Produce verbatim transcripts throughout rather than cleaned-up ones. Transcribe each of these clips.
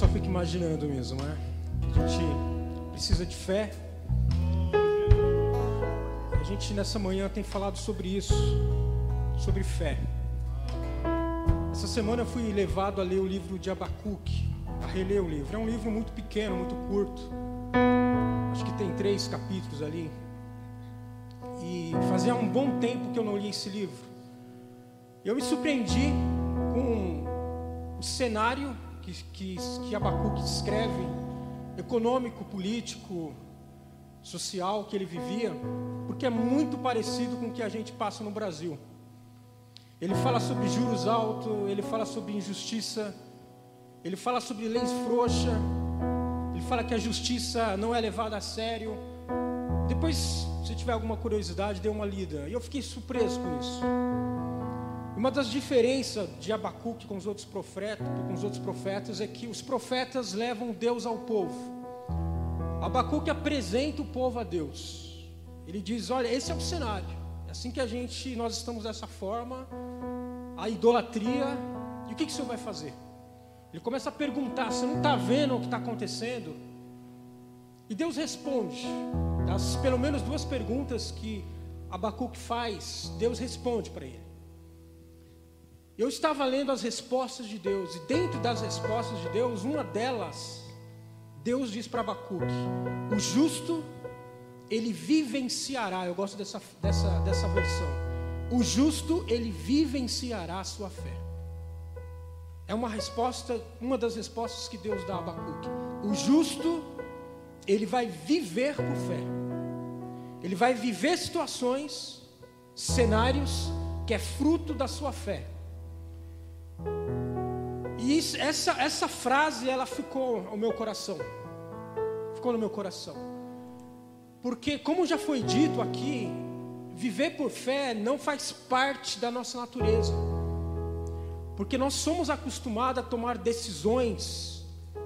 só fica imaginando mesmo, né? A gente precisa de fé. A gente nessa manhã tem falado sobre isso, sobre fé. Essa semana eu fui levado a ler o livro de Abacuque, a reler o livro. É um livro muito pequeno, muito curto. Acho que tem três capítulos ali. E fazia um bom tempo que eu não li esse livro. Eu me surpreendi com o cenário que, que, que Abacuque descreve, econômico, político, social, que ele vivia, porque é muito parecido com o que a gente passa no Brasil. Ele fala sobre juros altos, ele fala sobre injustiça, ele fala sobre leis frouxas, ele fala que a justiça não é levada a sério. Depois, se tiver alguma curiosidade, dê uma lida. E eu fiquei surpreso com isso. Uma das diferenças de Abacuque com os outros profetas, com os outros profetas é que os profetas levam Deus ao povo. Abacuque apresenta o povo a Deus. Ele diz: olha, esse é o cenário. É assim que a gente, nós estamos dessa forma, a idolatria. E o que, que o Senhor vai fazer? Ele começa a perguntar: você não está vendo o que está acontecendo? E Deus responde. Das pelo menos duas perguntas que Abacuque faz, Deus responde para ele. Eu estava lendo as respostas de Deus, e dentro das respostas de Deus, uma delas, Deus diz para Abacuque: o justo, ele vivenciará. Eu gosto dessa, dessa, dessa versão. O justo, ele vivenciará a sua fé. É uma resposta, uma das respostas que Deus dá a Abacuque. O justo, ele vai viver por fé. Ele vai viver situações, cenários, que é fruto da sua fé. E isso, essa, essa frase, ela ficou no meu coração. Ficou no meu coração. Porque, como já foi dito aqui, viver por fé não faz parte da nossa natureza. Porque nós somos acostumados a tomar decisões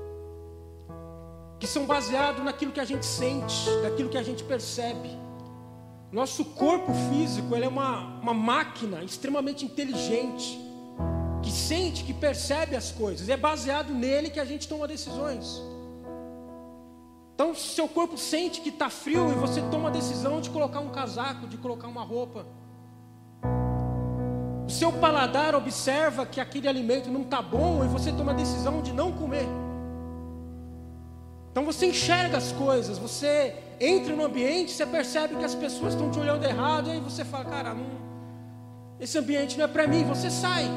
que são baseadas naquilo que a gente sente, naquilo que a gente percebe. Nosso corpo físico, ele é uma, uma máquina extremamente inteligente, que sente, que percebe as coisas. É baseado nele que a gente toma decisões. Então, se seu corpo sente que está frio e você toma a decisão de colocar um casaco, de colocar uma roupa. O seu paladar observa que aquele alimento não está bom e você toma a decisão de não comer. Então você enxerga as coisas, você entra no ambiente, você percebe que as pessoas estão te olhando errado, e aí você fala: cara, não, esse ambiente não é para mim, você sai.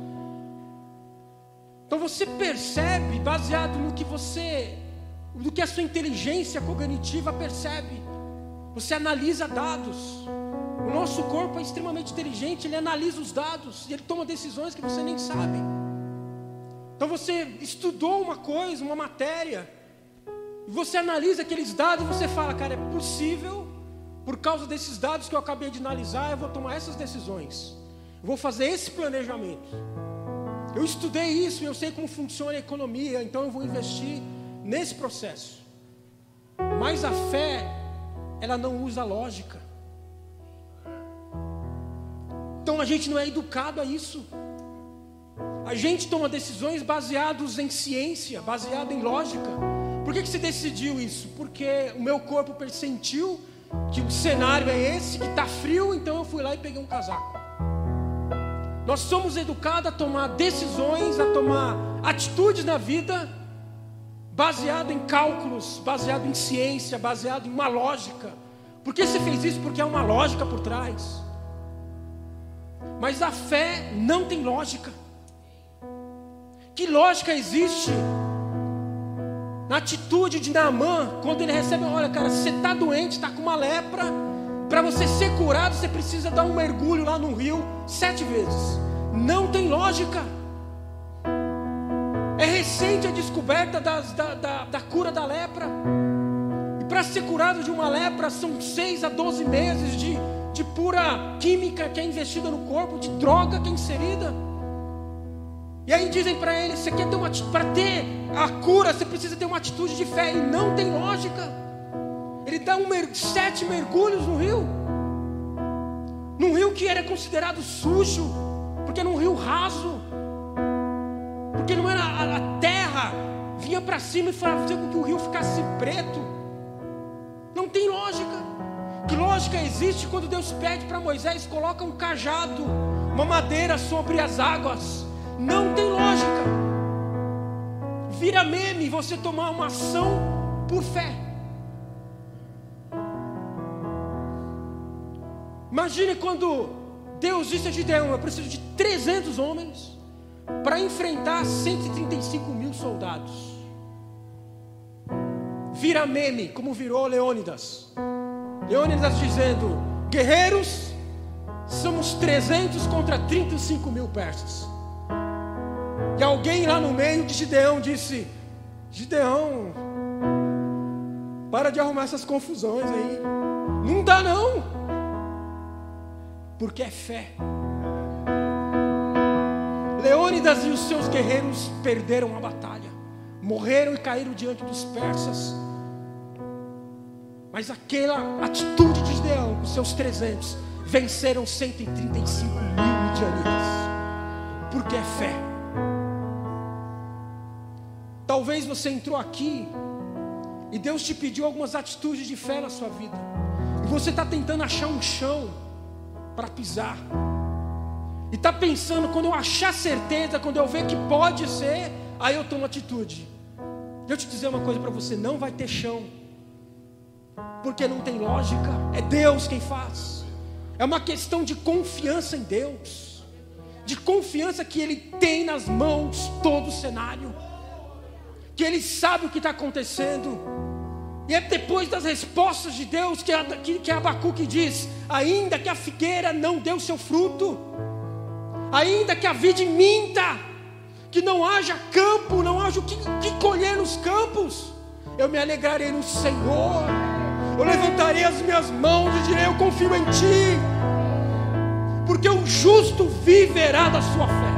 Então você percebe, baseado no que você, no que a sua inteligência cognitiva percebe. Você analisa dados. O nosso corpo é extremamente inteligente, ele analisa os dados e ele toma decisões que você nem sabe. Então você estudou uma coisa, uma matéria, e você analisa aqueles dados e você fala: cara, é possível, por causa desses dados que eu acabei de analisar, eu vou tomar essas decisões, eu vou fazer esse planejamento. Eu estudei isso, eu sei como funciona a economia, então eu vou investir nesse processo. Mas a fé, ela não usa lógica. Então a gente não é educado a isso. A gente toma decisões baseadas em ciência, baseado em lógica. Por que que você decidiu isso? Porque o meu corpo pressentiu que o cenário é esse, que está frio, então eu fui lá e peguei um casaco. Nós somos educados a tomar decisões, a tomar atitudes na vida, baseado em cálculos, baseado em ciência, baseado em uma lógica. Por que você fez isso? Porque há uma lógica por trás. Mas a fé não tem lógica. Que lógica existe na atitude de Naamã, quando ele recebe: olha, cara, você está doente, está com uma lepra, para você ser curado, você precisa dar um mergulho lá no rio sete vezes. Não tem lógica. É recente a descoberta das, da, da, da cura da lepra. E para ser curado de uma lepra, são seis a doze meses de, de pura química que é investida no corpo, de droga que é inserida. E aí dizem para ele: você quer ter uma, para ter a cura, você precisa ter uma atitude de fé. E não tem lógica. Ele dá um, sete mergulhos no rio, num rio que era considerado sujo, porque era um rio raso, porque não era a terra vinha para cima e fazia com que o rio ficasse preto. Não tem lógica. Que lógica existe quando Deus pede para Moisés, coloca um cajado, uma madeira sobre as águas? Não tem lógica. Vira meme você tomar uma ação por fé. Imagine quando Deus disse a Gideão: eu preciso de trezentos homens para enfrentar cento e trinta e cinco mil soldados. Vira meme, como virou Leônidas. Leônidas dizendo: guerreiros, somos trezentos contra trinta e cinco mil persas. E alguém lá no meio de Gideão disse: Gideão, para de arrumar essas confusões aí. Não dá não. Porque é fé. Leônidas e os seus guerreiros perderam a batalha, morreram e caíram diante dos persas. Mas aquela atitude de Gideão, com seus trezentos, venceram cento e trinta e cinco mil midianitas. Porque é fé. Talvez você entrou aqui e Deus te pediu algumas atitudes de fé na sua vida, e você está tentando achar um chão para pisar, e está pensando: quando eu achar certeza, quando eu ver que pode ser, aí eu tomo atitude. Deixa eu te dizer uma coisa para você: não vai ter chão, porque não tem lógica. É Deus quem faz. É uma questão de confiança em Deus, de confiança que Ele tem nas mãos todo o cenário, que Ele sabe o que está acontecendo. E é depois das respostas de Deus que, que, que Abacuque diz: ainda que a figueira não deu seu fruto, ainda que a vide minta, que não haja campo, não haja o que, que colher nos campos, eu me alegrarei no Senhor. Eu levantarei as minhas mãos e direi: eu confio em Ti, porque o justo viverá da sua fé.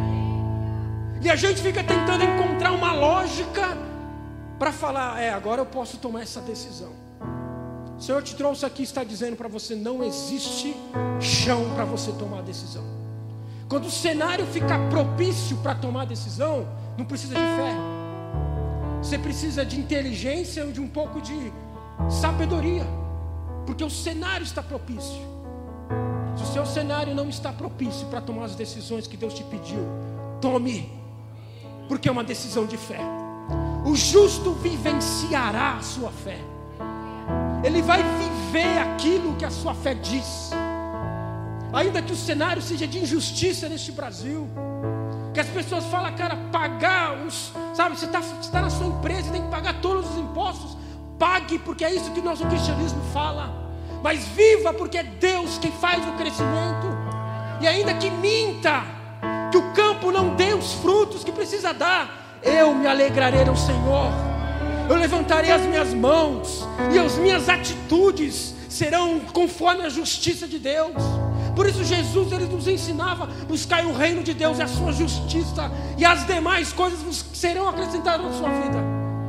E a gente fica tentando encontrar uma lógica para falar: é, agora eu posso tomar essa decisão. O Senhor te trouxe aqui e está dizendo para você: não existe chão para você tomar a decisão. Quando o cenário ficar propício para tomar a decisão, não precisa de fé. Você precisa de inteligência e de um pouco de sabedoria, porque o cenário está propício. Se o seu cenário não está propício para tomar as decisões que Deus te pediu, tome, porque é uma decisão de fé. O justo vivenciará a sua fé. Ele vai viver aquilo que a sua fé diz. Ainda que o cenário seja de injustiça neste Brasil, que as pessoas falam: cara, pagar os, sabe, você está você tá na sua empresa e tem que pagar todos os impostos. Pague, porque é isso que nosso cristianismo fala. Mas viva, porque é Deus quem faz o crescimento. E ainda que minta, que o campo não dê os frutos que precisa dar, eu me alegrarei no Senhor. Eu levantarei as minhas mãos, e as minhas atitudes serão conforme a justiça de Deus. Por isso Jesus, ele nos ensinava: buscar o reino de Deus e a sua justiça, e as demais coisas vos serão acrescentadas na sua vida.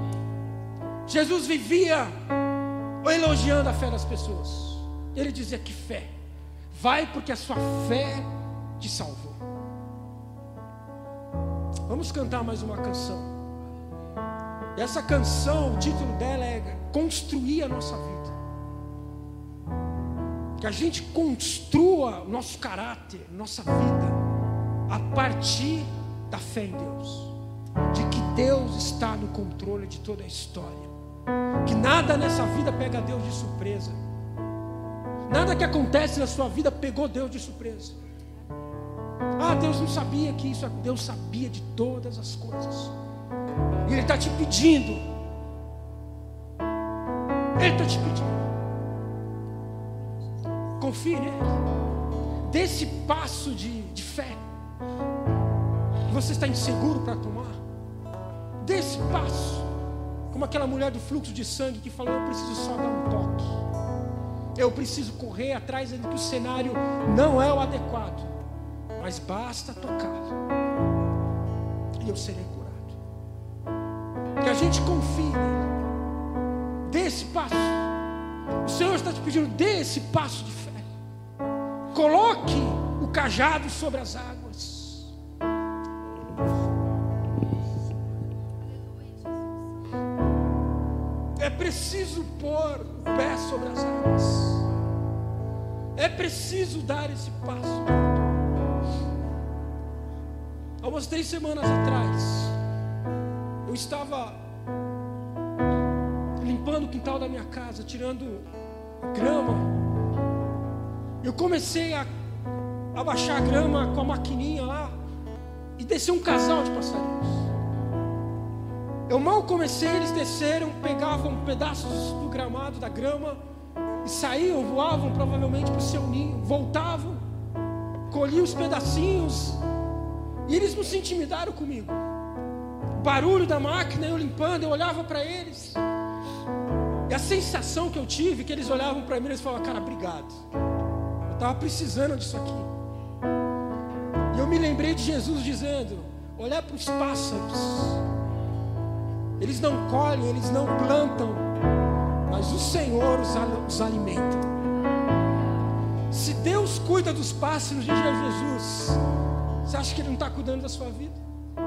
Jesus vivia elogiando a fé das pessoas. Ele dizia: que fé, vai porque a sua fé te salvou. Vamos cantar mais uma canção. E essa canção, o título dela é Construir a Nossa Vida. Que a gente construa o nosso caráter, nossa vida, a partir da fé em Deus, de que Deus está no controle de toda a história, que nada nessa vida pega Deus de surpresa. Nada que acontece na sua vida pegou Deus de surpresa. Ah, Deus não sabia que isso. Deus sabia de todas as coisas. E Ele está te pedindo. Ele está te pedindo. Confie nele. Dê esse passo de, de fé. Você está inseguro para tomar? Dê esse passo. Como aquela mulher do fluxo de sangue que falou: eu preciso só dar um toque. Eu preciso correr atrás de que o cenário não é o adequado, mas basta tocar e eu serei curado. Que a gente confie nele. Dê esse passo. O Senhor está te pedindo: dê esse passo de fé. Coloque o cajado sobre as águas. preciso pôr o pé sobre as águas. É preciso dar esse passo. Há umas três semanas atrás, eu estava limpando o quintal da minha casa, tirando grama. Eu comecei a abaixar a grama com a maquininha lá e desceu um casal de passarinhos. Eu mal comecei, eles desceram, pegavam pedaços do gramado, da grama, e saíam, voavam provavelmente para o seu ninho, voltavam, colhiam os pedacinhos, e eles não se intimidaram comigo. O barulho da máquina, eu limpando, eu olhava para eles, e a sensação que eu tive, que eles olhavam para mim e eles falavam: cara, obrigado, eu estava precisando disso aqui. E eu me lembrei de Jesus dizendo: olhar para os pássaros, eles não colhem, eles não plantam, mas o Senhor os, os alimenta. Se Deus cuida dos pássaros de Jesus, você acha que Ele não está cuidando da sua vida?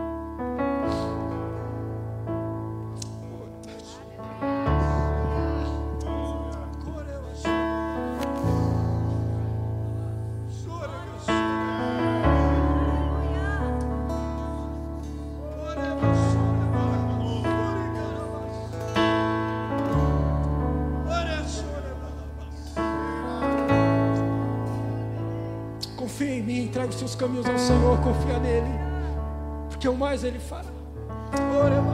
Confia em mim, entrega os seus caminhos ao Senhor, confia nele, porque o mais Ele fará.